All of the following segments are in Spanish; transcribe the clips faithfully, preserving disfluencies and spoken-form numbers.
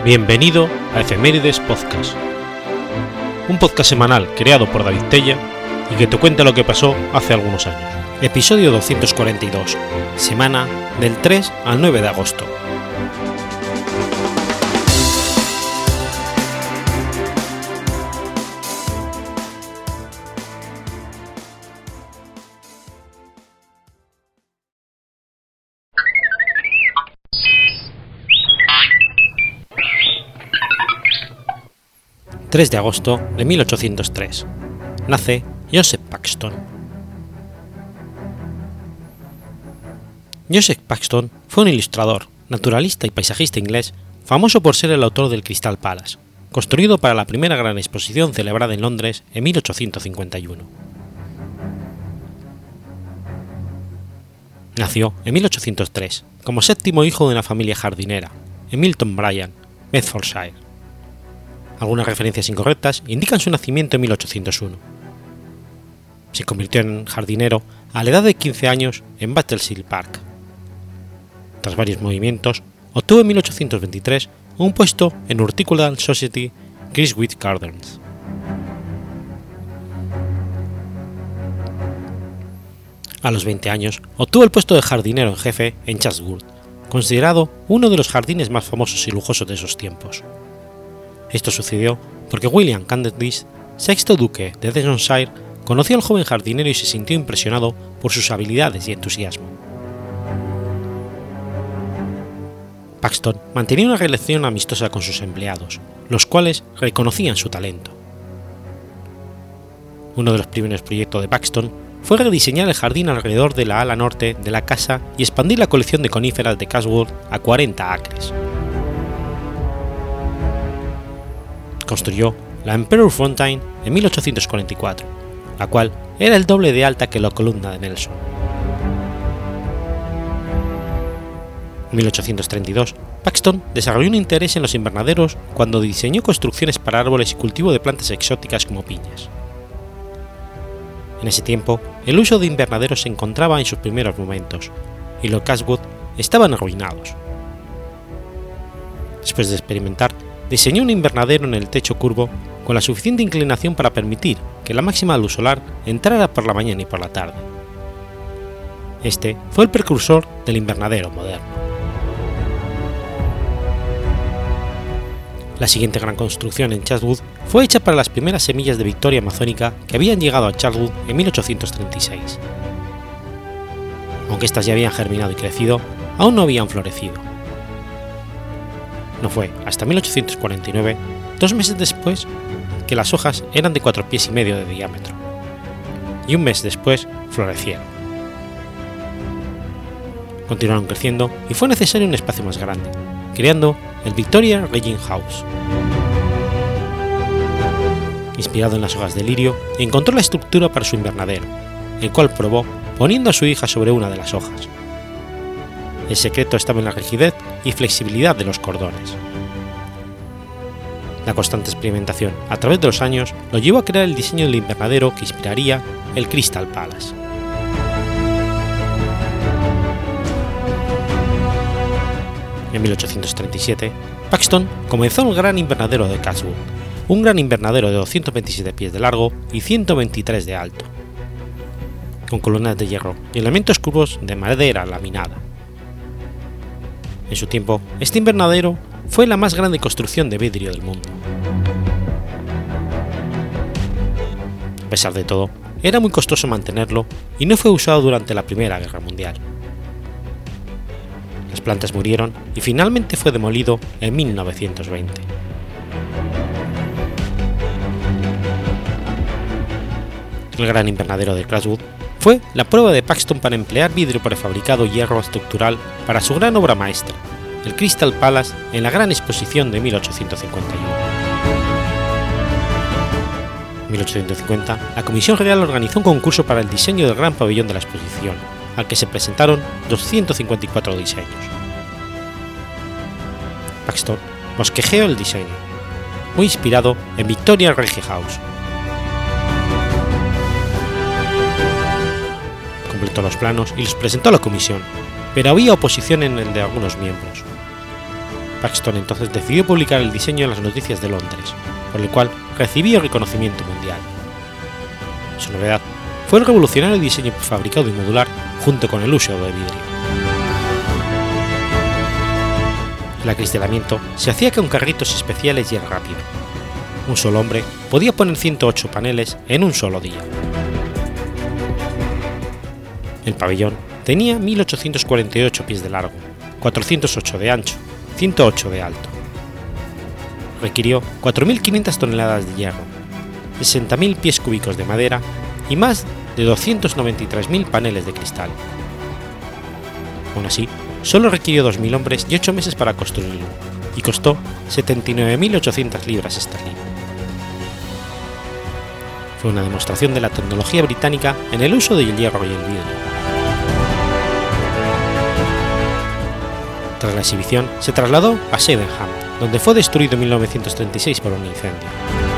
Bienvenido a Efemérides Podcast, un podcast semanal creado por David Tella y que te cuenta lo que pasó hace algunos años. Episodio doscientos cuarenta y dos, semana del tres al nueve de agosto. tres de agosto de mil ochocientos tres. Nace Joseph Paxton. Joseph Paxton fue un ilustrador, naturalista y paisajista inglés famoso por ser el autor del Crystal Palace, construido para la primera gran exposición celebrada en Londres en mil ochocientos cincuenta y uno. Nació en mil ochocientos tres como séptimo hijo de una familia jardinera en Milton Bryan, Bedfordshire. Algunas referencias incorrectas indican su nacimiento en mil ochocientos uno. Se convirtió en jardinero a la edad de quince años en Battersea Park. Tras varios movimientos, obtuvo en mil ochocientos veintitrés un puesto en Horticultural Society Chiswick Gardens. A los veinte años, obtuvo el puesto de jardinero en jefe en Chatsworth, considerado uno de los jardines más famosos y lujosos de esos tiempos. Esto sucedió porque William Cavendish, sexto duque de Devonshire, conoció al joven jardinero y se sintió impresionado por sus habilidades y entusiasmo. Paxton mantenía una relación amistosa con sus empleados, los cuales reconocían su talento. Uno de los primeros proyectos de Paxton fue rediseñar el jardín alrededor de la ala norte de la casa y expandir la colección de coníferas de Chatsworth a cuarenta acres. Construyó la Emperor Fountain en mil ochocientos cuarenta y cuatro, la cual era el doble de alta que la columna de Nelson. En mil ochocientos treinta y dos, Paxton desarrolló un interés en los invernaderos cuando diseñó construcciones para árboles y cultivo de plantas exóticas como piñas. En ese tiempo, el uso de invernaderos se encontraba en sus primeros momentos, y los Chatsworth estaban arruinados. Después de experimentar, diseñó un invernadero en el techo curvo con la suficiente inclinación para permitir que la máxima luz solar entrara por la mañana y por la tarde. Este fue el precursor del invernadero moderno. La siguiente gran construcción en Chatsworth fue hecha para las primeras semillas de victoria amazónica que habían llegado a Chatsworth en mil ochocientos treinta y seis. Aunque estas ya habían germinado y crecido, aún no habían florecido. No fue hasta mil ochocientos cuarenta y nueve, dos meses después, que las hojas eran de cuatro pies y medio de diámetro, y un mes después florecieron. Continuaron creciendo y fue necesario un espacio más grande, creando el Victoria Regent House. Inspirado en las hojas de lirio, encontró la estructura para su invernadero, el cual probó poniendo a su hija sobre una de las hojas. El secreto estaba en la rigidez y flexibilidad de los cordones. La constante experimentación a través de los años lo llevó a crear el diseño del invernadero que inspiraría el Crystal Palace. En mil ochocientos treinta y siete, Paxton comenzó el gran invernadero de Chatsworth, un gran invernadero de doscientos veintisiete pies de largo y ciento veintitrés de alto, con columnas de hierro y elementos curvos de madera laminada. En su tiempo, este invernadero fue la más grande construcción de vidrio del mundo. A pesar de todo, era muy costoso mantenerlo y no fue usado durante la Primera Guerra Mundial. Las plantas murieron y finalmente fue demolido en mil novecientos veinte. El gran invernadero de Chatsworth fue la prueba de Paxton para emplear vidrio prefabricado y hierro estructural para su gran obra maestra, el Crystal Palace, en la Gran Exposición de mil ochocientos cincuenta y uno. En mil ochocientos cincuenta, la Comisión Real organizó un concurso para el diseño del gran pabellón de la exposición, al que se presentaron doscientos cincuenta y cuatro diseños. Paxton bosquejeó el diseño, muy inspirado en Victoria Regent House. Completó los planos y los presentó a la comisión, pero había oposición en el de algunos miembros. Paxton entonces decidió publicar el diseño en las noticias de Londres, por el cual recibió reconocimiento mundial. Su novedad fue el revolucionario diseño prefabricado y modular junto con el uso de vidrio. El acristalamiento se hacía con carritos especiales y era rápido. Un solo hombre podía poner ciento ocho paneles en un solo día. El pabellón tenía mil ochocientos cuarenta y ocho pies de largo, cuatrocientos ocho de ancho, ciento ocho de alto. Requirió cuatro mil quinientas toneladas de hierro, sesenta mil pies cúbicos de madera y más de doscientos noventa y tres mil paneles de cristal. Aún así, solo requirió dos mil hombres y ocho meses para construirlo, y costó setenta y nueve mil ochocientas libras esterlinas. Fue una demostración de la tecnología británica en el uso del hierro y el vidrio. Tras la exhibición, se trasladó a Sydenham, donde fue destruido en mil novecientos treinta y seis por un incendio.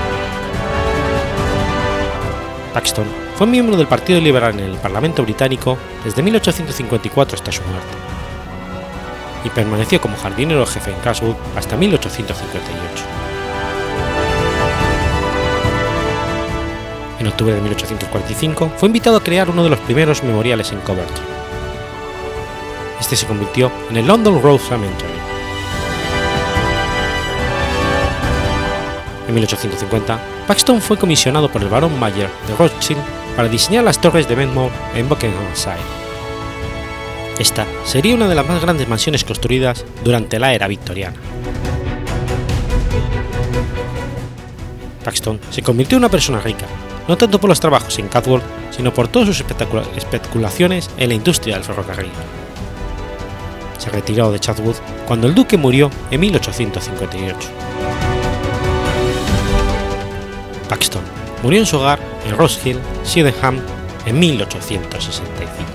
Paxton fue miembro del Partido Liberal en el Parlamento británico desde mil ochocientos cincuenta y cuatro hasta su muerte, y permaneció como jardinero jefe en Chatswood hasta mil ochocientos cincuenta y ocho. En octubre de mil ochocientos cuarenta y cinco fue invitado a crear uno de los primeros memoriales en Coventry. Este se convirtió en el London Road Cemetery. En mil ochocientos cincuenta, Paxton fue comisionado por el barón Mayer de Rothschild para diseñar las torres de Bedmore en Buckinghamshire. Esta sería una de las más grandes mansiones construidas durante la era victoriana. Paxton se convirtió en una persona rica, no tanto por los trabajos en Chatsworth, sino por todas sus especulaciones en la industria del ferrocarril. Se retiró de Chatswood cuando el duque murió en mil ochocientos cincuenta y ocho. Paxton murió en su hogar en Rose Hill, Sydenham, en mil ochocientos sesenta y cinco.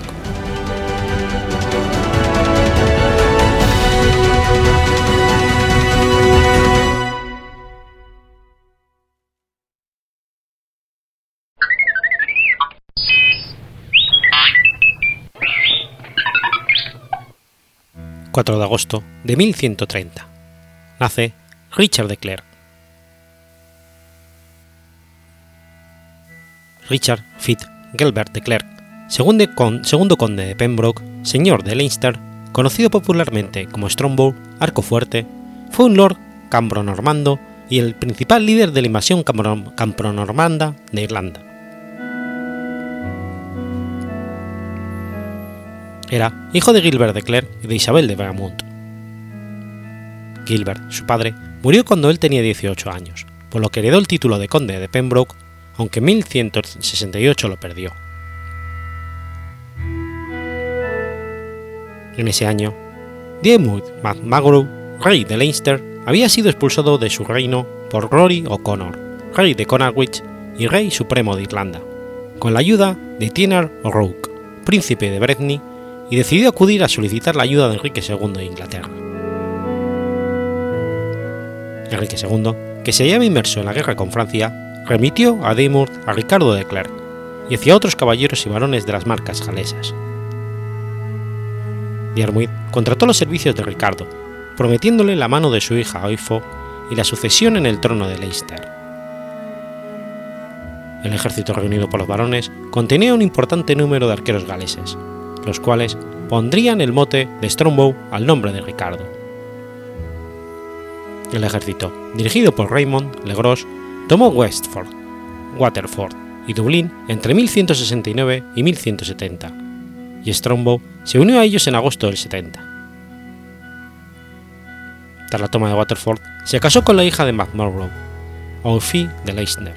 cuatro de agosto de mil ciento treinta. Nace Richard de Clercq. Richard Fitz-Gelbert de Clercq, segundo, con, segundo conde de Pembroke, señor de Leinster, conocido popularmente como Strongbow, Arco Fuerte, fue un lord cambro-normando y el principal líder de la invasión campro-normanda de Irlanda. Era hijo de Gilbert de Clercq y de Isabel de Beaumont. Gilbert, su padre, murió cuando él tenía dieciocho años, por lo que heredó el título de conde de Pembroke, aunque en mil ciento sesenta y ocho lo perdió. En ese año, Diarmuid MacMahon, rey de Leinster, había sido expulsado de su reino por Rory O'Connor, rey de Connaught y rey supremo de Irlanda, con la ayuda de Tiernan O'Rourke, príncipe de Breffni, y decidió acudir a solicitar la ayuda de Enrique segundo de Inglaterra. Enrique segundo, que se hallaba inmerso en la guerra con Francia, remitió a Diarmuid a Ricardo de Clercq y hacia otros caballeros y varones de las marcas galesas. Diarmuid contrató los servicios de Ricardo, prometiéndole la mano de su hija Oifo y la sucesión en el trono de Leinster. El ejército reunido por los varones contenía un importante número de arqueros galeses, los cuales pondrían el mote de Strongbow al nombre de Ricardo. El ejército, dirigido por Raymond le Gros, tomó Wexford, Waterford y Dublín entre mil ciento sesenta y nueve y mil ciento setenta, y Strongbow se unió a ellos en agosto del setenta. Tras la toma de Waterford, se casó con la hija de MacMahon, Oifi de Leicester.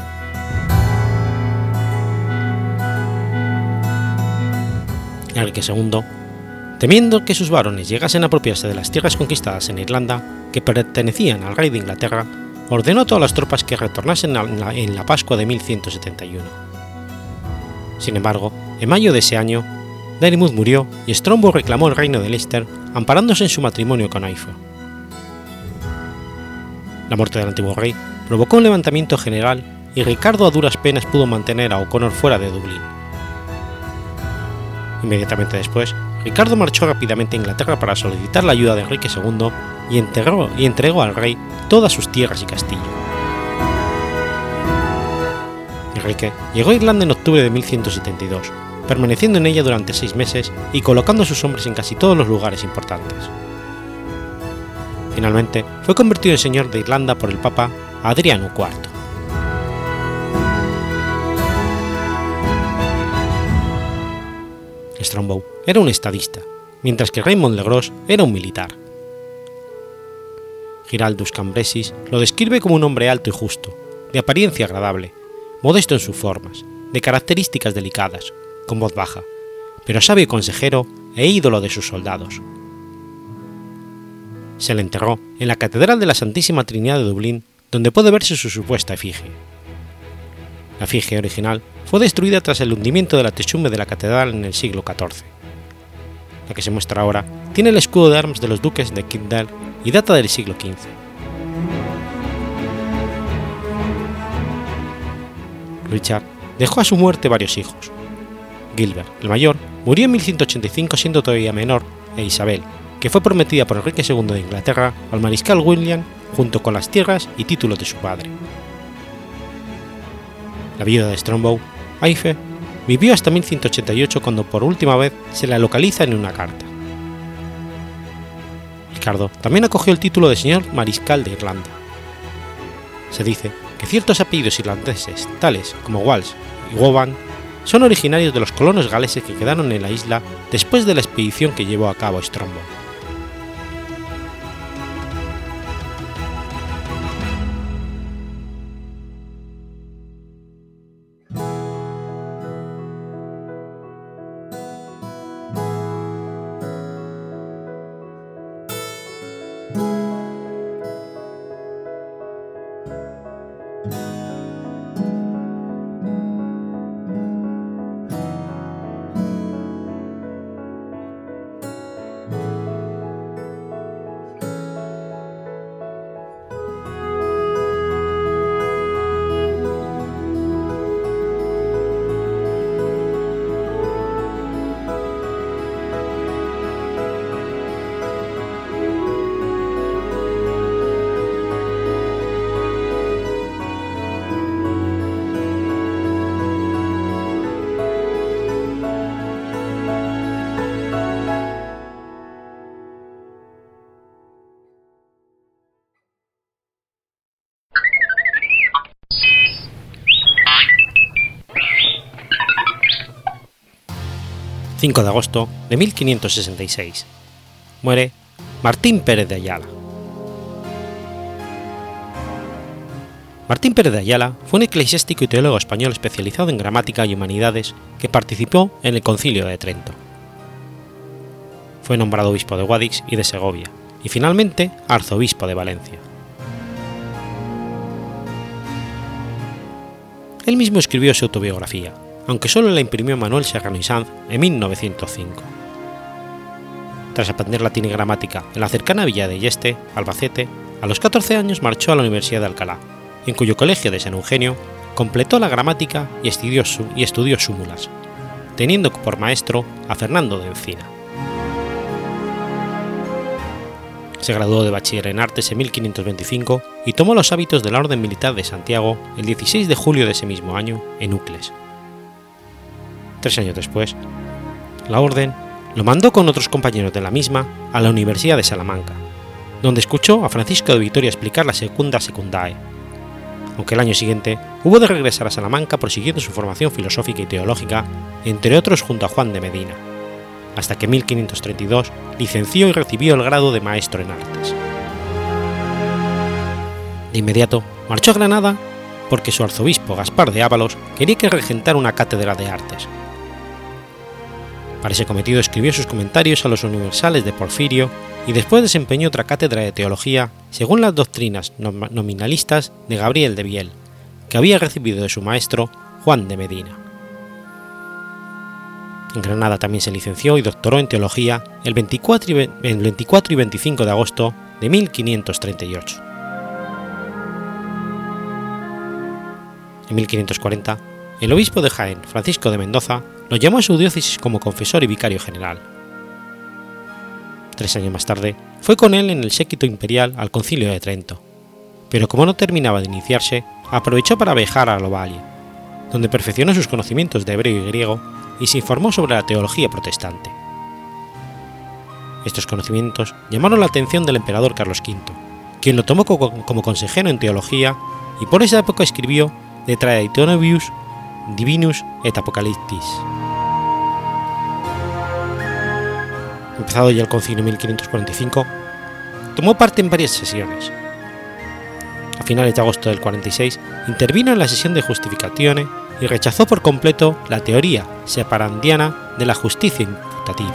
Enrique segundo, temiendo que sus varones llegasen a apropiarse de las tierras conquistadas en Irlanda, que pertenecían al rey de Inglaterra, ordenó a todas las tropas que retornasen en la, en la Pascua de mil ciento setenta y uno. Sin embargo, en mayo de ese año, Diarmuid murió y Strongbow reclamó el reino de Leicester, amparándose en su matrimonio con Oifo. La muerte del antiguo rey provocó un levantamiento general y Ricardo a duras penas pudo mantener a O'Connor fuera de Dublín. Inmediatamente después, Ricardo marchó rápidamente a Inglaterra para solicitar la ayuda de Enrique segundo y entregó, y entregó al rey todas sus tierras y castillo. Enrique llegó a Irlanda en octubre de mil ciento setenta y dos, permaneciendo en ella durante seis meses y colocando a sus hombres en casi todos los lugares importantes. Finalmente, fue convertido en señor de Irlanda por el Papa Adriano cuarto. Strongbow era un estadista, mientras que Raymond Le Gros era un militar. Giraldus Cambrensis lo describe como un hombre alto y justo, de apariencia agradable, modesto en sus formas, de características delicadas, con voz baja, pero sabio consejero e ídolo de sus soldados. Se le enterró en la Catedral de la Santísima Trinidad de Dublín, donde puede verse su supuesta efigie. La efigie original fue destruida tras el hundimiento de la techumbre de la catedral en el siglo catorce. La que se muestra ahora tiene el escudo de armas de los duques de Kildare y data del siglo quince. Richard dejó a su muerte varios hijos. Gilbert, el mayor, murió en mil ciento ochenta y cinco siendo todavía menor, e Isabel, que fue prometida por Enrique segundo de Inglaterra al mariscal William junto con las tierras y títulos de su padre. La viuda de Strongbow, Aífe, vivió hasta mil ciento ochenta y ocho cuando por última vez se la localiza en una carta. Ricardo también acogió el título de señor mariscal de Irlanda. Se dice que ciertos apellidos irlandeses, tales como Walsh y Woban, son originarios de los colonos galeses que quedaron en la isla después de la expedición que llevó a cabo Strongbow. cinco de agosto de mil quinientos sesenta y seis. Muere Martín Pérez de Ayala. Martín Pérez de Ayala fue un eclesiástico y teólogo español especializado en gramática y humanidades que participó en el Concilio de Trento. Fue nombrado obispo de Guadix y de Segovia, y finalmente arzobispo de Valencia. Él mismo escribió su autobiografía, aunque solo la imprimió Manuel Serrano y Sanz en mil novecientos cinco. Tras aprender latín y gramática en la cercana villa de Yeste, Albacete, a los catorce años marchó a la Universidad de Alcalá, en cuyo colegio de San Eugenio completó la gramática y estudió, su, y estudió súmulas, teniendo por maestro a Fernando de Encina. Se graduó de bachiller en artes en mil quinientos veinticinco y tomó los hábitos de la Orden Militar de Santiago el dieciséis de julio de ese mismo año en Ucles. Tres años después, la Orden lo mandó con otros compañeros de la misma a la Universidad de Salamanca, donde escuchó a Francisco de Vitoria explicar la Secunda Secundae, aunque el año siguiente hubo de regresar a Salamanca prosiguiendo su formación filosófica y teológica, entre otros junto a Juan de Medina, hasta que en mil quinientos treinta y dos licenció y recibió el grado de maestro en artes. De inmediato marchó a Granada porque su arzobispo Gaspar de Ábalos quería que regentara una cátedra de artes. Para ese cometido escribió sus comentarios a los universales de Porfirio y después desempeñó otra cátedra de teología según las doctrinas nominalistas de Gabriel de Biel, que había recibido de su maestro Juan de Medina. En Granada también se licenció y doctoró en teología el veinticuatro y veinticinco de agosto de mil quinientos treinta y ocho. En mil quinientos cuarenta, el obispo de Jaén, Francisco de Mendoza, lo llamó a su diócesis como confesor y vicario general. Tres años más tarde, fue con él en el séquito imperial al Concilio de Trento, pero como no terminaba de iniciarse, aprovechó para viajar a Lovalia, donde perfeccionó sus conocimientos de hebreo y griego y se informó sobre la teología protestante. Estos conocimientos llamaron la atención del emperador Carlos quinto, quien lo tomó como consejero en teología y por esa época escribió De Traditionibus Divinus et Apocalyptis. Empezado ya el concilio en mil quinientos cuarenta y cinco, tomó parte en varias sesiones. A finales de agosto del cuarenta y seis intervino en la sesión de Justificazione y rechazó por completo la teoría separandiana de la justicia imputativa.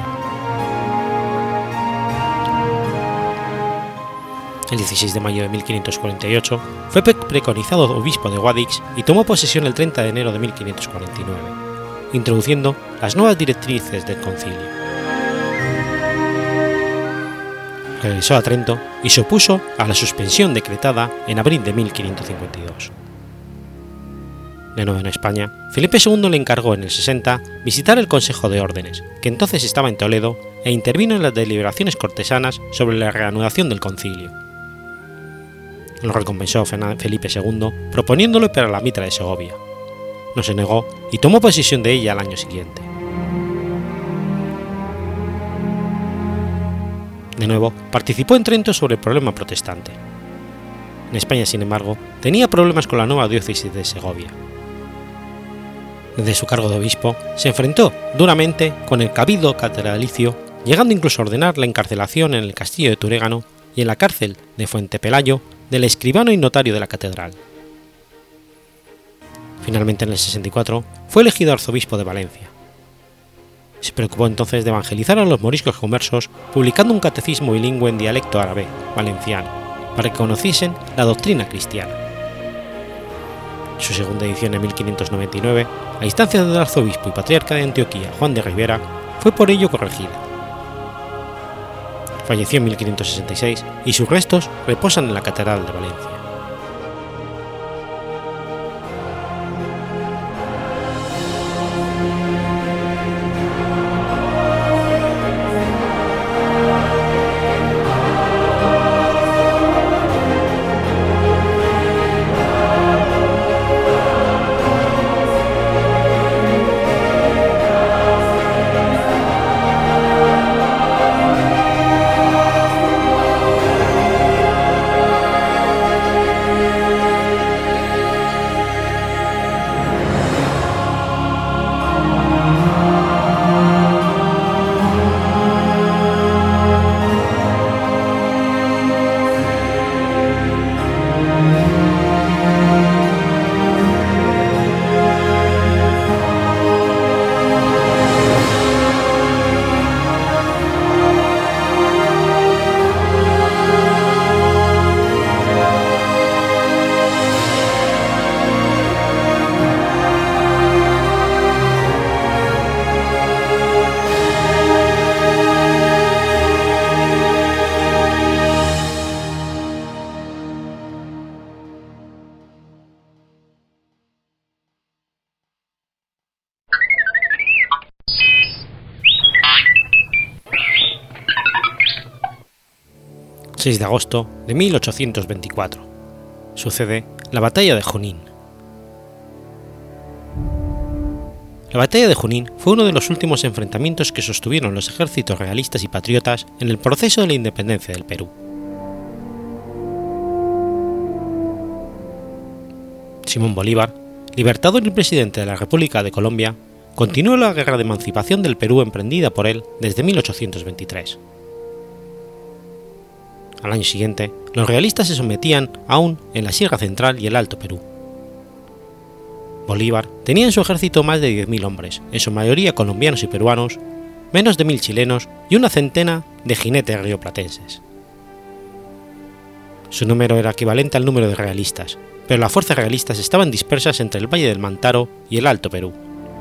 El dieciséis de mayo de mil quinientos cuarenta y ocho fue preconizado obispo de Guadix y tomó posesión el treinta de enero de mil quinientos cuarenta y nueve, introduciendo las nuevas directrices del concilio. Regresó a Trento y se opuso a la suspensión decretada en abril de mil quinientos cincuenta y dos. De nuevo en España, Felipe segundo le encargó en el sesenta visitar el Consejo de Órdenes, que entonces estaba en Toledo, e intervino en las deliberaciones cortesanas sobre la reanudación del concilio. Lo recompensó Felipe segundo proponiéndolo para la mitra de Segovia. No se negó y tomó posesión de ella al año siguiente. De nuevo, participó en Trento sobre el problema protestante. En España, sin embargo, tenía problemas con la nueva diócesis de Segovia. Desde su cargo de obispo, se enfrentó duramente con el cabildo catedralicio, llegando incluso a ordenar la encarcelación en el castillo de Turégano y en la cárcel de Fuentepelayo del escribano y notario de la catedral. Finalmente, en el sesenta y cuatro, fue elegido arzobispo de Valencia. Se preocupó entonces de evangelizar a los moriscos conversos, publicando un catecismo bilingüe en dialecto árabe valenciano, para que conociesen la doctrina cristiana. Su segunda edición en mil quinientos noventa y nueve, a instancia del arzobispo y patriarca de Antioquía Juan de Ribera, fue por ello corregida. Falleció en mil quinientos sesenta y seis y sus restos reposan en la Catedral de Valencia. seis de agosto de mil ochocientos veinticuatro. Sucede la Batalla de Junín. La Batalla de Junín fue uno de los últimos enfrentamientos que sostuvieron los ejércitos realistas y patriotas en el proceso de la independencia del Perú. Simón Bolívar, libertador y presidente de la República de Colombia, continuó la guerra de emancipación del Perú emprendida por él desde mil ochocientos veintitrés. Al año siguiente, los realistas se sometían aún en la Sierra Central y el Alto Perú. Bolívar tenía en su ejército más de diez mil hombres, en su mayoría colombianos y peruanos, menos de mil chilenos y una centena de jinetes rioplatenses. Su número era equivalente al número de realistas, pero las fuerzas realistas estaban dispersas entre el Valle del Mantaro y el Alto Perú.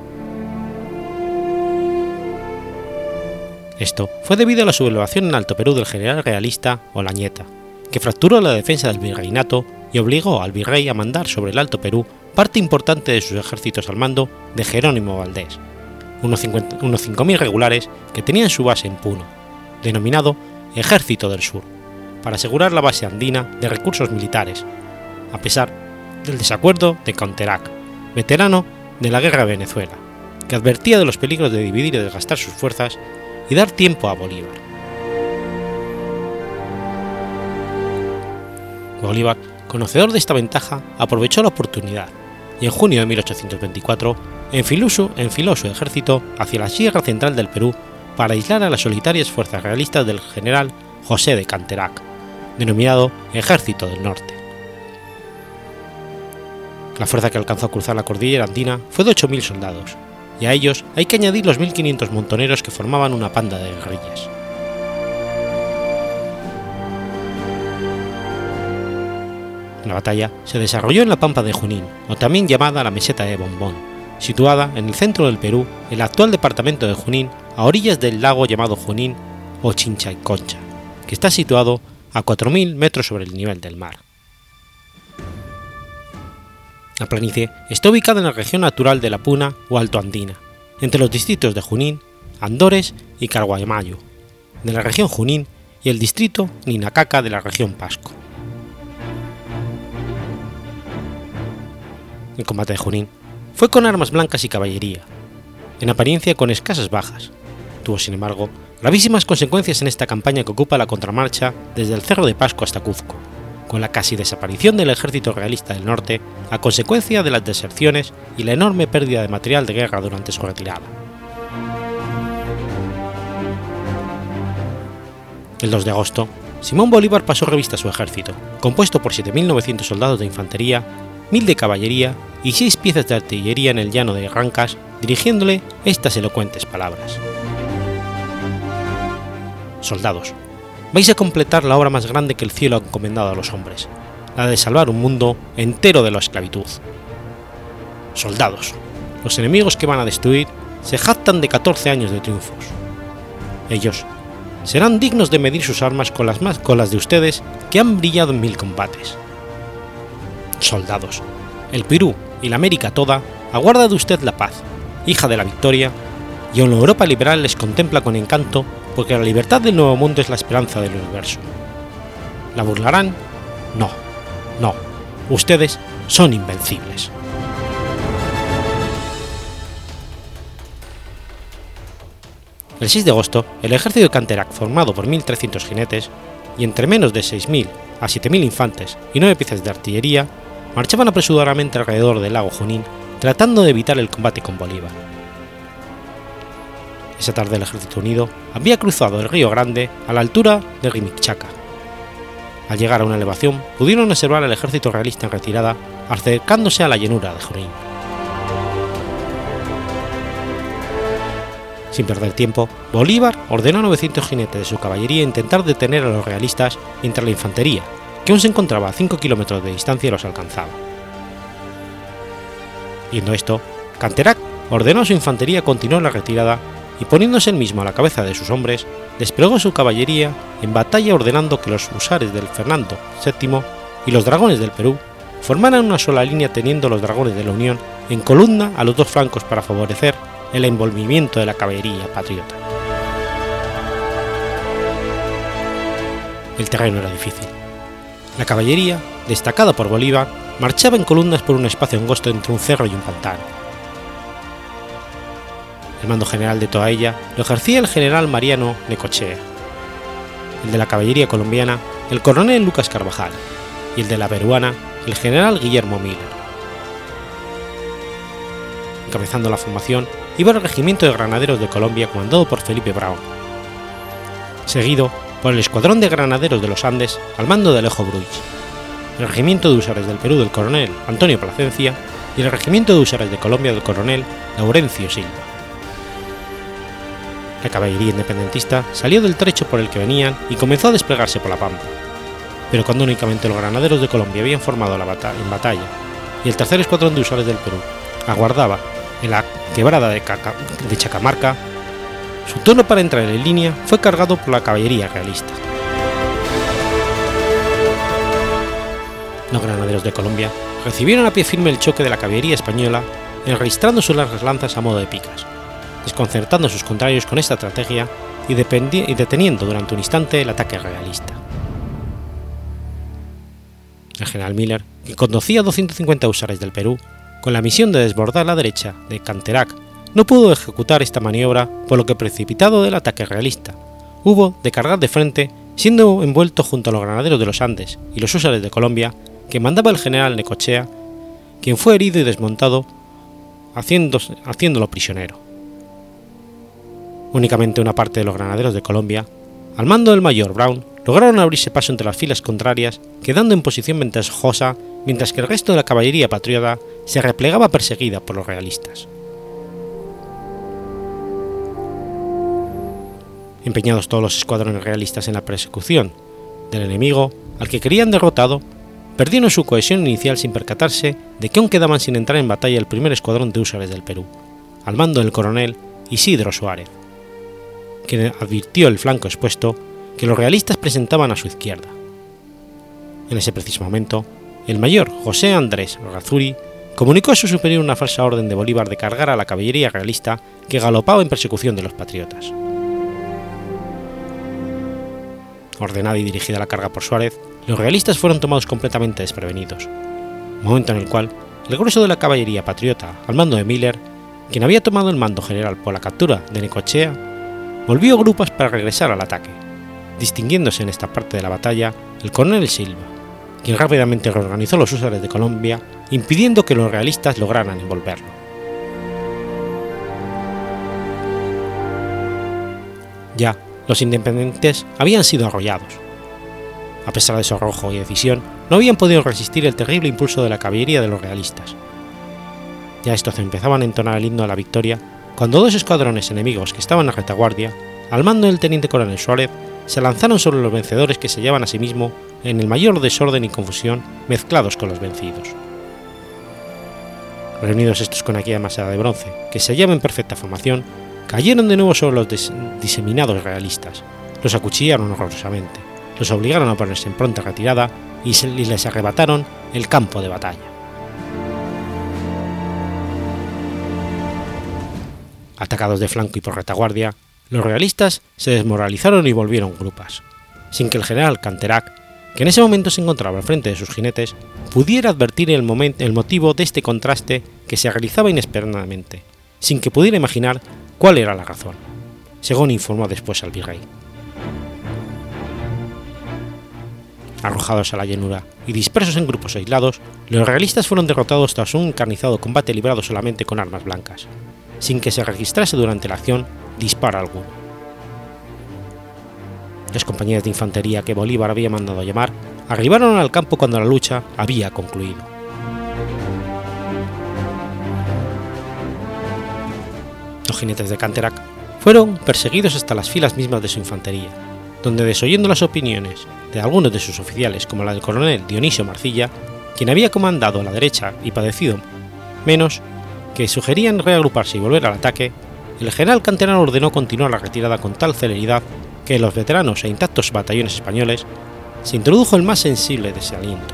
Esto fue debido a la sublevación en Alto Perú del general realista Olañeta, que fracturó la defensa del virreinato y obligó al virrey a mandar sobre el Alto Perú parte importante de sus ejércitos al mando de Jerónimo Valdés, unos cinco mil regulares que tenían su base en Puno, denominado Ejército del Sur, para asegurar la base andina de recursos militares, a pesar del desacuerdo de Canterac, veterano de la Guerra de Venezuela, que advertía de los peligros de dividir y desgastar sus fuerzas y dar tiempo a Bolívar. Bolívar, conocedor de esta ventaja, aprovechó la oportunidad y en junio de mil ochocientos veinticuatro enfiló su, enfiló su ejército hacia la sierra central del Perú para aislar a las solitarias fuerzas realistas del general José de Canterac, denominado Ejército del Norte. La fuerza que alcanzó a cruzar la cordillera andina fue de ocho mil soldados, y a ellos hay que añadir los mil quinientos montoneros que formaban una panda de guerrillas. La batalla se desarrolló en la pampa de Junín, o también llamada la meseta de Bombón, situada en el centro del Perú, el actual departamento de Junín, a orillas del lago llamado Junín o Chinchayconcha, que está situado a cuatro mil metros sobre el nivel del mar. La planicie está ubicada en la región natural de la Puna o Alto Andina, entre los distritos de Junín, Andores y Carguaymayo, de la región Junín, y el distrito Ninacaca de la región Pasco. El combate de Junín fue con armas blancas y caballería, en apariencia con escasas bajas. Tuvo, sin embargo, gravísimas consecuencias en esta campaña que ocupa la contramarcha desde el Cerro de Pasco hasta Cuzco, con la casi desaparición del ejército realista del norte a consecuencia de las deserciones y la enorme pérdida de material de guerra durante su retirada. El dos de agosto, Simón Bolívar pasó revista a su ejército, compuesto por siete mil novecientos soldados de infantería, mil de caballería y seis piezas de artillería en el llano de Rancas, dirigiéndole estas elocuentes palabras: «Soldados, vais a completar la obra más grande que el cielo ha encomendado a los hombres, la de salvar un mundo entero de la esclavitud. Soldados, los enemigos que van a destruir se jactan de catorce años de triunfos. Ellos serán dignos de medir sus armas con las, más, con las de ustedes que han brillado en mil combates. Soldados, el Perú y la América toda aguarda de usted la paz, hija de la victoria, y aun la Europa liberal les contempla con encanto porque la libertad del Nuevo Mundo es la esperanza del universo. ¿La burlarán? No, no, ustedes son invencibles». El seis de agosto, el ejército de Canterac, formado por mil trescientos jinetes y entre menos de seis mil a siete mil infantes y nueve piezas de artillería, marchaban apresuradamente alrededor del lago Junín, tratando de evitar el combate con Bolívar. Esa tarde el ejército unido había cruzado el río Grande a la altura de Rimichaca. Al llegar a una elevación pudieron observar al ejército realista en retirada acercándose a la llanura de Junín. Sin perder tiempo, Bolívar ordenó a novecientos jinetes de su caballería intentar detener a los realistas mientras la infantería, que aún se encontraba a cinco kilómetros de distancia, los alcanzaba. Viendo esto, Canterac ordenó a su infantería continuar la retirada y poniéndose él mismo a la cabeza de sus hombres, desplegó su caballería en batalla ordenando que los husares del Fernando séptimo y los dragones del Perú formaran una sola línea teniendo los dragones de la Unión en columna a los dos flancos para favorecer el envolvimiento de la caballería patriota. El terreno era difícil. La caballería, destacada por Bolívar, marchaba en columnas por un espacio angosto entre un cerro y un pantano. El mando general de toda ella lo ejercía el general Mariano Necochea, el de la caballería colombiana el coronel Lucas Carvajal y el de la peruana el general Guillermo Miller. Encabezando la formación iba el regimiento de granaderos de Colombia comandado por Felipe Brown, seguido por el escuadrón de granaderos de los Andes al mando de Alejo Bruich, el regimiento de húsares del Perú del coronel Antonio Plasencia y el regimiento de húsares de Colombia del coronel Laurencio Silva. La caballería independentista salió del trecho por el que venían y comenzó a desplegarse por la pampa, pero cuando únicamente los granaderos de Colombia habían formado la bata en batalla y el tercer escuadrón de húsares del Perú aguardaba en la quebrada de, Caca, de Chacamarca, su turno para entrar en línea fue cargado por la caballería realista. Los granaderos de Colombia recibieron a pie firme el choque de la caballería española, enregistrando sus largas lanzas a modo de picas, desconcertando a sus contrarios con esta estrategia y, y deteniendo durante un instante el ataque realista. El general Miller, que conducía doscientos cincuenta húsares del Perú, con la misión de desbordar la derecha de Canterac, no pudo ejecutar esta maniobra, por lo que, precipitado del ataque realista, hubo de cargar de frente, siendo envuelto junto a los granaderos de los Andes y los húsares de Colombia, que mandaba el general Necochea, quien fue herido y desmontado, haciéndose, haciéndolo prisionero. Únicamente una parte de los granaderos de Colombia, al mando del mayor Brown, lograron abrirse paso entre las filas contrarias, quedando en posición ventajosa, mientras que el resto de la caballería patriota se replegaba perseguida por los realistas. Empeñados todos los escuadrones realistas en la persecución del enemigo, al que querían derrotado, perdieron su cohesión inicial sin percatarse de que aún quedaban sin entrar en batalla el primer escuadrón de húsares del Perú, al mando del coronel Isidro Suárez, quien advirtió el flanco expuesto que los realistas presentaban a su izquierda. En ese preciso momento, el mayor José Andrés Razuri comunicó a su superior una falsa orden de Bolívar de cargar a la caballería realista que galopaba en persecución de los patriotas. Ordenada y dirigida la carga por Suárez, los realistas fueron tomados completamente desprevenidos, momento en el cual el grueso de la caballería patriota al mando de Miller, quien había tomado el mando general por la captura de Necochea, volvió grupos para regresar al ataque, distinguiéndose en esta parte de la batalla el coronel Silva, quien rápidamente reorganizó los húsares de Colombia, impidiendo que los realistas lograran envolverlo. Ya, los independientes habían sido arrollados. A pesar de su arrojo y decisión, no habían podido resistir el terrible impulso de la caballería de los realistas. Ya estos empezaban a entonar el himno a la victoria, cuando dos escuadrones enemigos que estaban a retaguardia, al mando del teniente coronel Suárez, se lanzaron sobre los vencedores que se hallaban a sí mismo en el mayor desorden y confusión, mezclados con los vencidos. Reunidos estos con aquella masa de bronce, que se hallaba en perfecta formación, cayeron de nuevo sobre los diseminados realistas, los acuchillaron horrorosamente, los obligaron a ponerse en pronta retirada y, se, y les arrebataron el campo de batalla. Atacados de flanco y por retaguardia, los realistas se desmoralizaron y volvieron grupas, sin que el general Canterac, que en ese momento se encontraba al frente de sus jinetes, pudiera advertir el, momento, el motivo de este contraste que se realizaba inesperadamente, sin que pudiera imaginar cuál era la razón, según informó después al virrey. Arrojados a la llanura y dispersos en grupos aislados, los realistas fueron derrotados tras un encarnizado combate librado solamente con armas blancas, sin que se registrase durante la acción disparo alguno. Las compañías de infantería que Bolívar había mandado llamar arribaron al campo cuando la lucha había concluido. Los jinetes de Canterac fueron perseguidos hasta las filas mismas de su infantería, donde, desoyendo las opiniones de algunos de sus oficiales como la del coronel Dionisio Marcilla, quien había comandado a la derecha y padecido menos, que sugerían reagruparse y volver al ataque, el general Canterano ordenó continuar la retirada con tal celeridad que en los veteranos e intactos batallones españoles se introdujo el más sensible desaliento.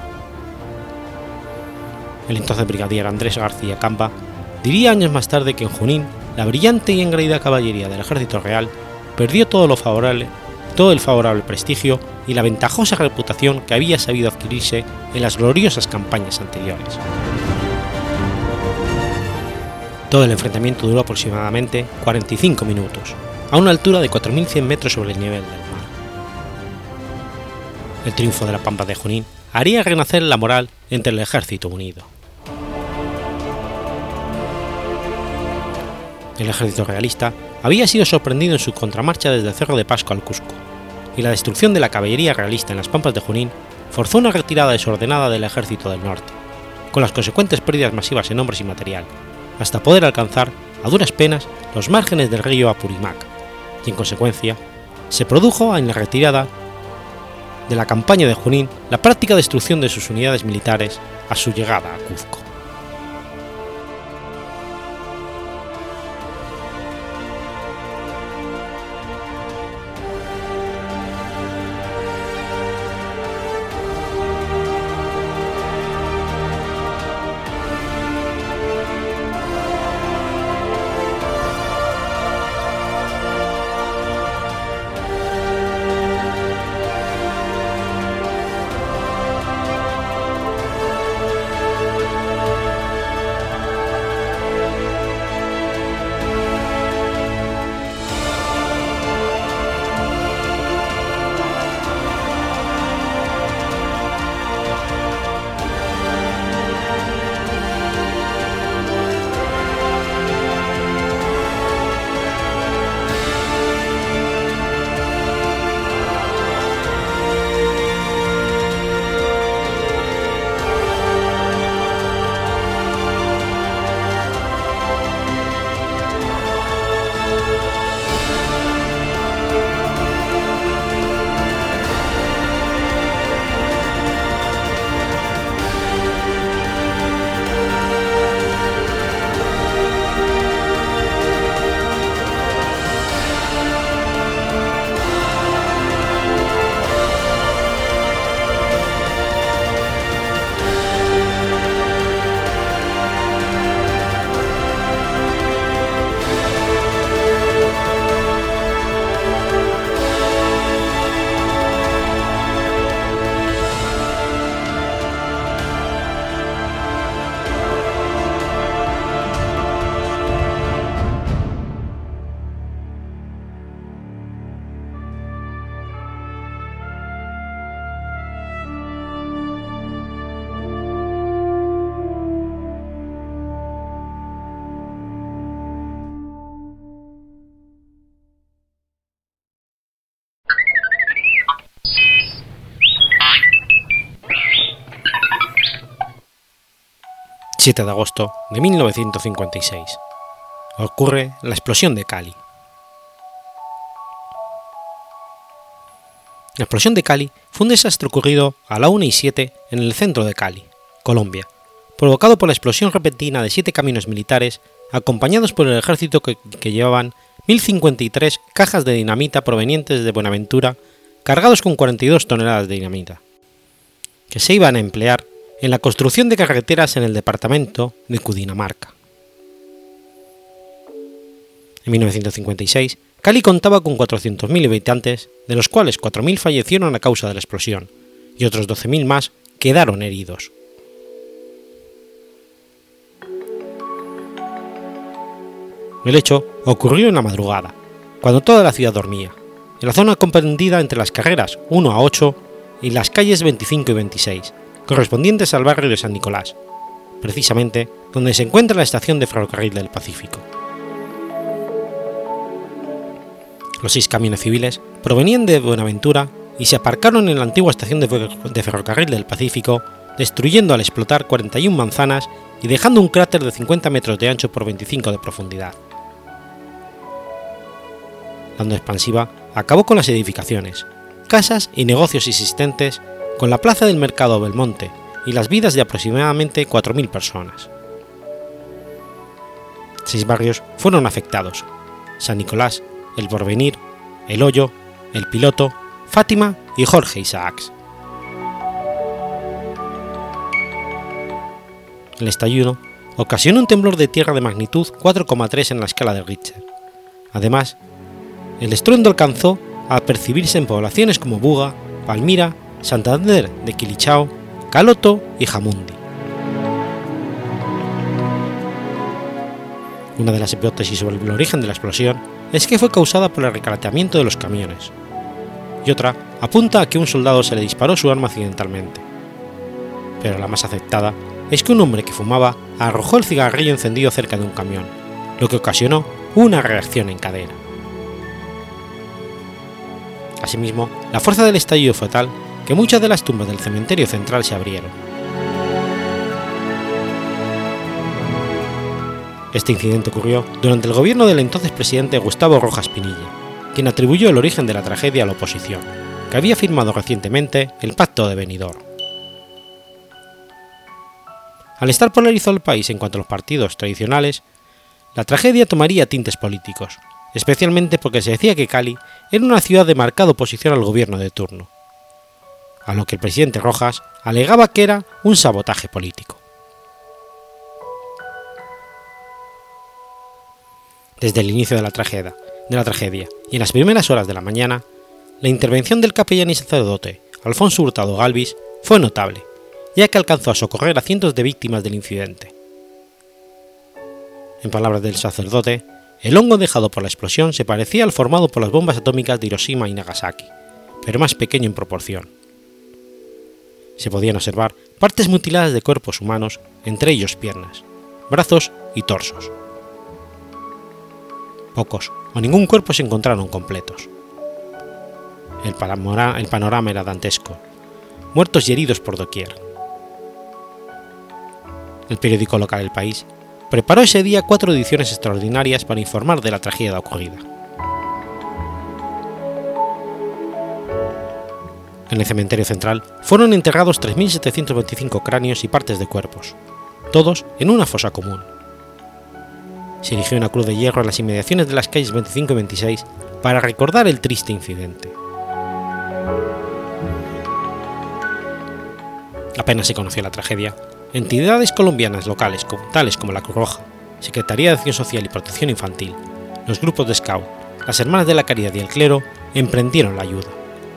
El entonces brigadier Andrés García Camba diría años más tarde que en Junín la brillante y engreída caballería del ejército real perdió todo lo favorable, todo el favorable prestigio y la ventajosa reputación que había sabido adquirirse en las gloriosas campañas anteriores. Todo el enfrentamiento duró aproximadamente cuarenta y cinco minutos, a una altura de cuatro mil cien metros sobre el nivel del mar. El triunfo de la Pampa de Junín haría renacer la moral entre el ejército unido. El ejército realista había sido sorprendido en su contramarcha desde el Cerro de Pasco al Cusco, y la destrucción de la caballería realista en las Pampas de Junín forzó una retirada desordenada del ejército del norte, con las consecuentes pérdidas masivas en hombres y material, hasta poder alcanzar, a duras penas, los márgenes del río Apurímac, y en consecuencia, se produjo en la retirada de la campaña de Junín la práctica destrucción de sus unidades militares a su llegada a Cuzco. siete de agosto de mil novecientos cincuenta y seis. Ocurre la explosión de Cali. La explosión de Cali fue un desastre ocurrido a la una y siete en el centro de Cali, Colombia, provocado por la explosión repentina de siete camiones militares acompañados por el ejército que, que llevaban mil cincuenta y tres cajas de dinamita provenientes de Buenaventura cargados con cuarenta y dos toneladas de dinamita, que se iban a emplear en la construcción de carreteras en el departamento de Cundinamarca. En mil novecientos cincuenta y seis, Cali contaba con cuatrocientos mil habitantes, de los cuales cuatro mil fallecieron a causa de la explosión, y otros doce mil más quedaron heridos. El hecho ocurrió en la madrugada, cuando toda la ciudad dormía, en la zona comprendida entre las carreras uno a ocho y las calles veinticinco y veintiséis, correspondientes al barrio de San Nicolás, precisamente donde se encuentra la estación de ferrocarril del Pacífico. Los seis camiones civiles provenían de Buenaventura y se aparcaron en la antigua estación de ferrocarril del Pacífico, destruyendo al explotar cuarenta y una manzanas y dejando un cráter de cincuenta metros de ancho por veinticinco de profundidad. La onda expansiva acabó con las edificaciones, casas y negocios existentes, con la plaza del mercado Belmonte y las vidas de aproximadamente cuatro mil personas. Seis barrios fueron afectados: San Nicolás, El Porvenir, El Hoyo, El Piloto, Fátima y Jorge Isaacs. El estallido ocasionó un temblor de tierra de magnitud cuatro coma tres en la escala de Richter. Además, el estruendo alcanzó a percibirse en poblaciones como Buga, Palmira, Santander de Quilichao, Caloto y Jamundi. Una de las hipótesis sobre el origen de la explosión es que fue causada por el recalentamiento de los camiones, y otra apunta a que un soldado se le disparó su arma accidentalmente. Pero la más aceptada es que un hombre que fumaba arrojó el cigarrillo encendido cerca de un camión, lo que ocasionó una reacción en cadena. Asimismo, la fuerza del estallido fue tal que muchas de las tumbas del cementerio central se abrieron. Este incidente ocurrió durante el gobierno del entonces presidente Gustavo Rojas Pinilla, quien atribuyó el origen de la tragedia a la oposición, que había firmado recientemente el Pacto de Benidorm. Al estar polarizado el país en cuanto a los partidos tradicionales, la tragedia tomaría tintes políticos, especialmente porque se decía que Cali era una ciudad de marcada oposición al gobierno de turno, a lo que el presidente Rojas alegaba que era un sabotaje político. Desde el inicio de la tragedia, de la tragedia y en las primeras horas de la mañana, la intervención del capellán y sacerdote Alfonso Hurtado Galvis fue notable, ya que alcanzó a socorrer a cientos de víctimas del incidente. En palabras del sacerdote, el hongo dejado por la explosión se parecía al formado por las bombas atómicas de Hiroshima y Nagasaki, pero más pequeño en proporción. Se podían observar partes mutiladas de cuerpos humanos, entre ellos piernas, brazos y torsos. Pocos o ningún cuerpo se encontraron completos. El panorama, el panorama era dantesco, muertos y heridos por doquier. El periódico local El País preparó ese día cuatro ediciones extraordinarias para informar de la tragedia ocurrida. En el cementerio central fueron enterrados tres mil setecientos veinticinco cráneos y partes de cuerpos, todos en una fosa común. Se erigió una cruz de hierro en las inmediaciones de las calles veinticinco y veintiséis para recordar el triste incidente. Apenas se conoció la tragedia, entidades colombianas locales tales como la Cruz Roja, Secretaría de Acción Social y Protección Infantil, los grupos de Scout, las Hermanas de la Caridad y el clero emprendieron la ayuda.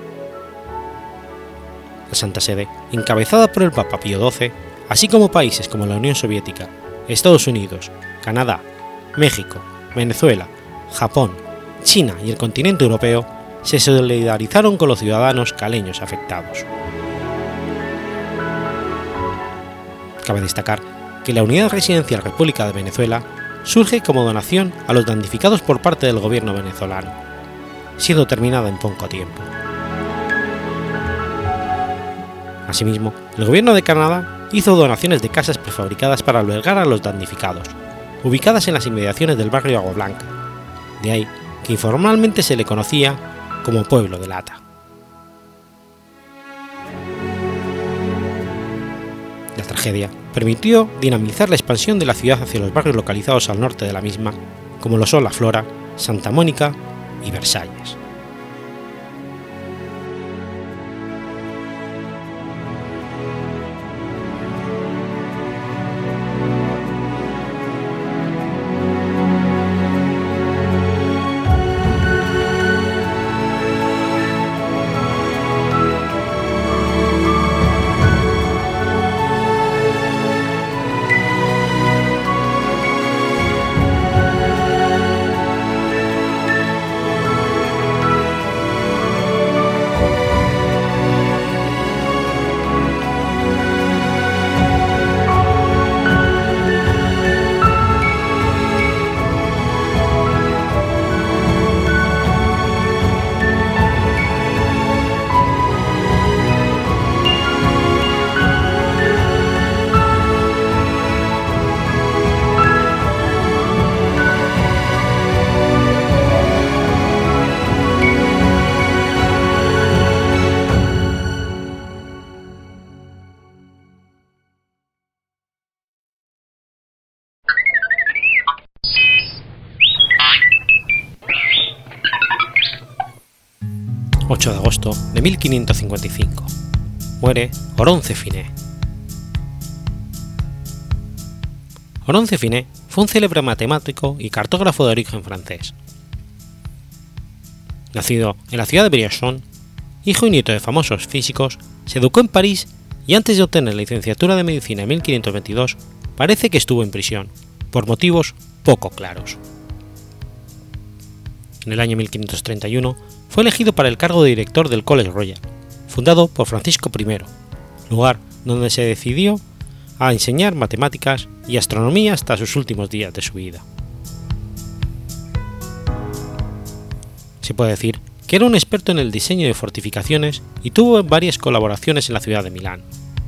La Santa Sede, encabezada por el Papa Pío doce, así como países como la Unión Soviética, Estados Unidos, Canadá, México, Venezuela, Japón, China y el continente europeo, se solidarizaron con los ciudadanos caleños afectados. Cabe destacar que la Unidad Residencial República de Venezuela surge como donación a los damnificados por parte del gobierno venezolano, siendo terminada en poco tiempo. Asimismo, el gobierno de Canadá hizo donaciones de casas prefabricadas para albergar a los damnificados, ubicadas en las inmediaciones del barrio Agua Blanca, de ahí que informalmente se le conocía como Pueblo de Lata. La tragedia permitió dinamizar la expansión de la ciudad hacia los barrios localizados al norte de la misma, como lo son La Flora, Santa Mónica y Versalles. ocho de agosto de mil quinientos cincuenta y cinco. Muere Oronce Finet. Oronce Finet fue un célebre matemático y cartógrafo de origen francés. Nacido en la ciudad de Briançon, hijo y nieto de famosos físicos, se educó en París y antes de obtener la licenciatura de medicina en mil quinientos veintidós, parece que estuvo en prisión, por motivos poco claros. En el año mil quinientos treinta y uno fue elegido para el cargo de director del College Royal, fundado por Francisco primero, lugar donde se decidió a enseñar matemáticas y astronomía hasta sus últimos días de su vida. Se puede decir que era un experto en el diseño de fortificaciones y tuvo varias colaboraciones en la ciudad de Milán.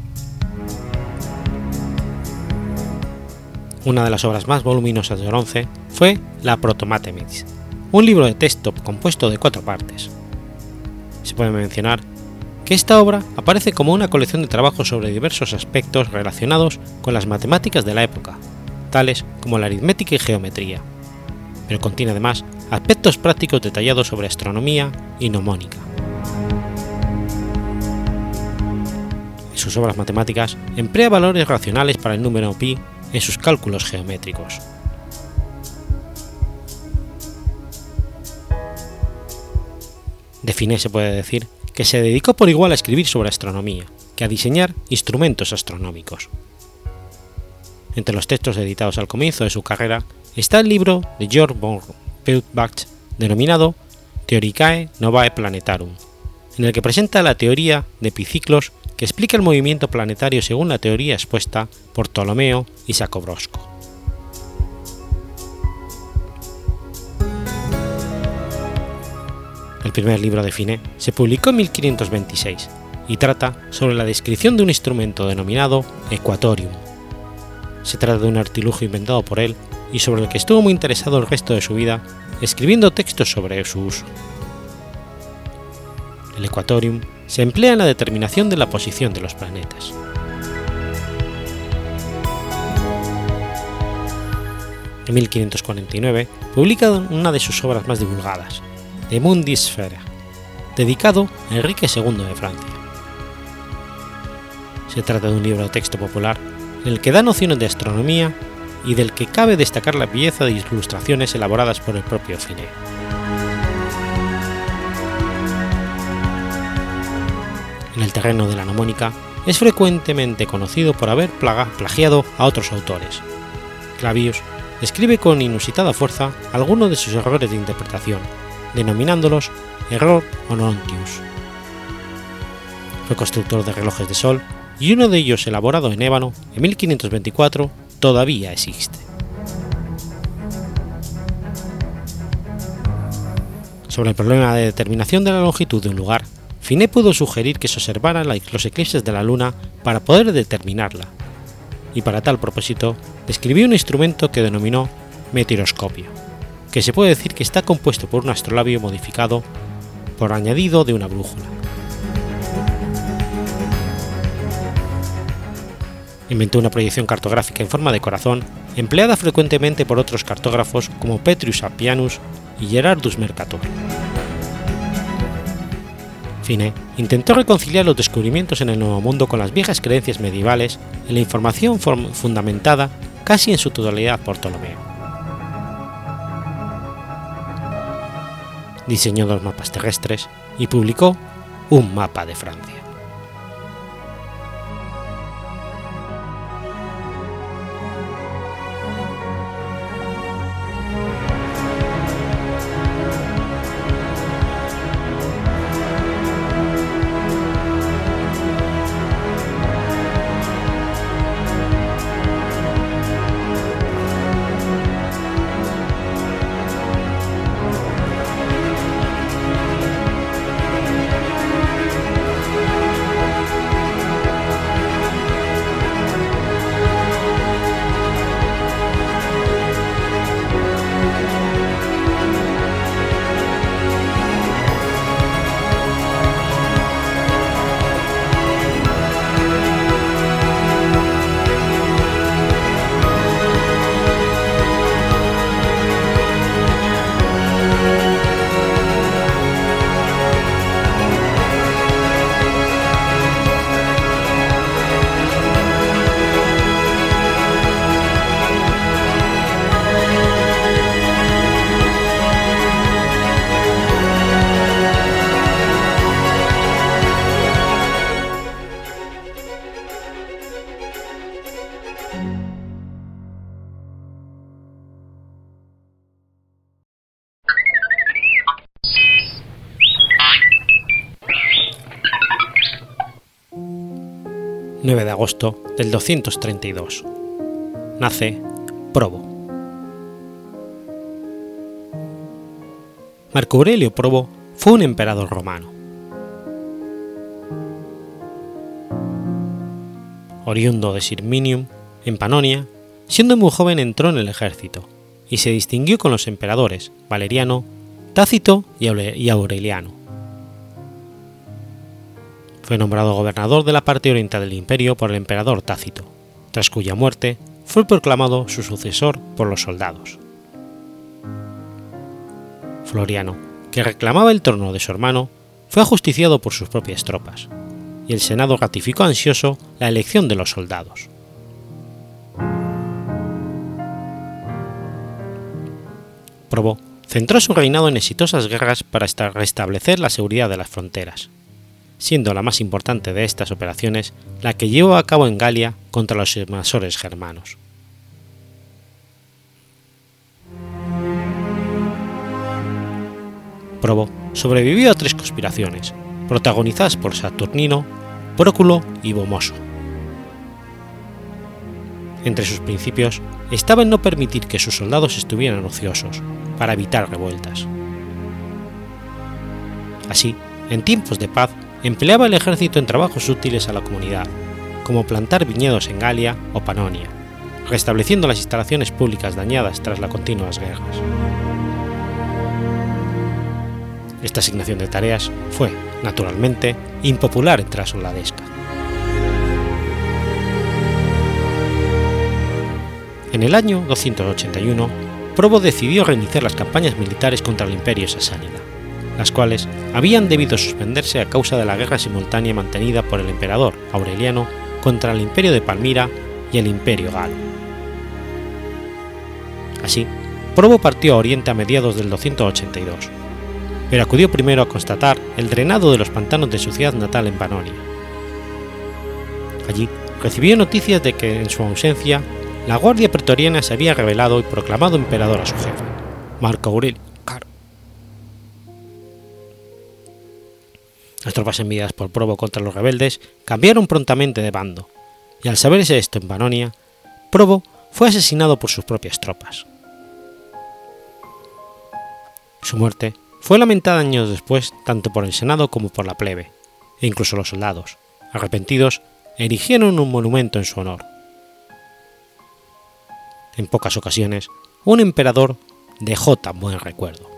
Una de las obras más voluminosas de Oronce fue la Proto-Mathematics, un libro de texto compuesto de cuatro partes. Se puede mencionar que esta obra aparece como una colección de trabajos sobre diversos aspectos relacionados con las matemáticas de la época, tales como la aritmética y geometría, pero contiene además aspectos prácticos detallados sobre astronomía y mnemónica. En sus obras matemáticas emplea valores racionales para el número pi en sus cálculos geométricos. De Finet se puede decir que se dedicó por igual a escribir sobre astronomía que a diseñar instrumentos astronómicos. Entre los textos editados al comienzo de su carrera está el libro de Georg von Peutbach denominado Theoricae Novae Planetarum, en el que presenta la teoría de epiciclos que explica el movimiento planetario según la teoría expuesta por Ptolomeo y Sacobosco. El primer libro de Finet se publicó en mil quinientos veintiséis y trata sobre la descripción de un instrumento denominado equatorium. Se trata de un artilugio inventado por él y sobre el que estuvo muy interesado el resto de su vida, escribiendo textos sobre su uso. El equatorium se emplea en la determinación de la posición de los planetas. En mil quinientos cuarenta y nueve publica una de sus obras más divulgadas, De Mundi Sphera, dedicado a Enrique segundo de Francia. Se trata de un libro de texto popular en el que da nociones de astronomía y del que cabe destacar la belleza de ilustraciones elaboradas por el propio Finet. En el terreno de la mnemónica es frecuentemente conocido por haber plagiado a otros autores. Clavius describe con inusitada fuerza algunos de sus errores de interpretación, denominándolos error onontius. Fue constructor de relojes de sol y uno de ellos, elaborado en ébano en mil quinientos veinticuatro, todavía existe. Sobre el problema de determinación de la longitud de un lugar, Finet pudo sugerir que se observaran los eclipses de la Luna para poder determinarla, y para tal propósito describió un instrumento que denominó meteoroscopio, que se puede decir que está compuesto por un astrolabio modificado por añadido de una brújula. Inventó una proyección cartográfica en forma de corazón, empleada frecuentemente por otros cartógrafos como Petrus Appianus y Gerardus Mercator. Finet intentó reconciliar los descubrimientos en el Nuevo Mundo con las viejas creencias medievales en la información fundamentada casi en su totalidad por Ptolomeo. Diseñó dos mapas terrestres y publicó un mapa de Francia. nueve de agosto del doscientos treinta y dos. Nace Probo. Marco Aurelio Probo fue un emperador romano. Oriundo de Sirminium, en Panonia, siendo muy joven entró en el ejército y se distinguió con los emperadores Valeriano, Tácito y Aureliano. Fue nombrado gobernador de la parte oriental del imperio por el emperador Tácito, tras cuya muerte fue proclamado su sucesor por los soldados. Floriano, que reclamaba el trono de su hermano, fue ajusticiado por sus propias tropas, y el Senado ratificó ansioso la elección de los soldados. Probo centró su reinado en exitosas guerras para restablecer la seguridad de las fronteras, siendo la más importante de estas operaciones la que llevó a cabo en Galia contra los invasores germanos. Probo sobrevivió a tres conspiraciones, protagonizadas por Saturnino, Próculo y Bomoso. Entre sus principios estaba en no permitir que sus soldados estuvieran ociosos, para evitar revueltas. Así, en tiempos de paz, empleaba el ejército en trabajos útiles a la comunidad, como plantar viñedos en Galia o Panonia, restableciendo las instalaciones públicas dañadas tras las continuas guerras. Esta asignación de tareas fue, naturalmente, impopular entre la soldadesca. En el año doscientos ochenta y uno, Probo decidió reiniciar las campañas militares contra el imperio sasánida, las cuales habían debido suspenderse a causa de la guerra simultánea mantenida por el emperador Aureliano contra el imperio de Palmira y el imperio galo. Así, Probo partió a Oriente a mediados del doscientos ochenta y dos, pero acudió primero a constatar el drenado de los pantanos de su ciudad natal en Panonia. Allí recibió noticias de que en su ausencia la guardia pretoriana se había rebelado y proclamado emperador a su jefe, Marco Aurelio Caro. Las tropas enviadas por Probo contra los rebeldes cambiaron prontamente de bando, y al saberse esto en Panonia, Probo fue asesinado por sus propias tropas. Su muerte fue lamentada años después tanto por el Senado como por la plebe, e incluso los soldados, arrepentidos, erigieron un monumento en su honor. En pocas ocasiones, un emperador dejó tan buen recuerdo.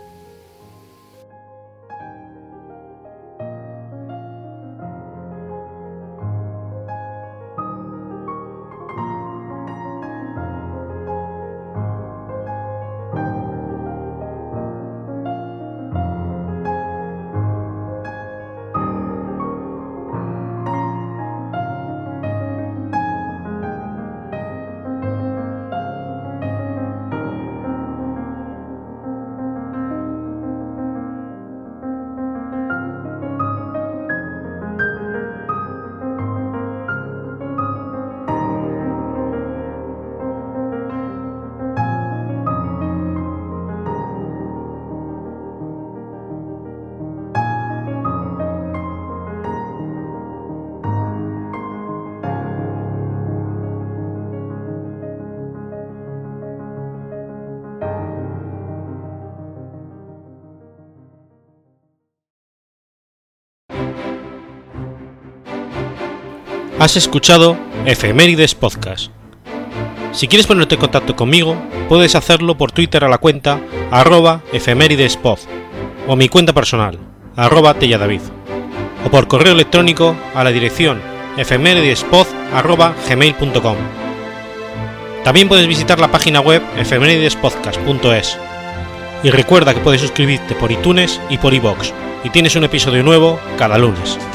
Has escuchado Efemérides Podcast. Si quieres ponerte en contacto conmigo, puedes hacerlo por Twitter a la cuenta arroba efemeridespod o mi cuenta personal, arroba telladavid, o por correo electrónico a la dirección efemeridespod arroba gmail punto com. También puedes visitar la página web efemeridespodcast punto es. Y recuerda que puedes suscribirte por iTunes y por iVoox, y tienes un episodio nuevo cada lunes.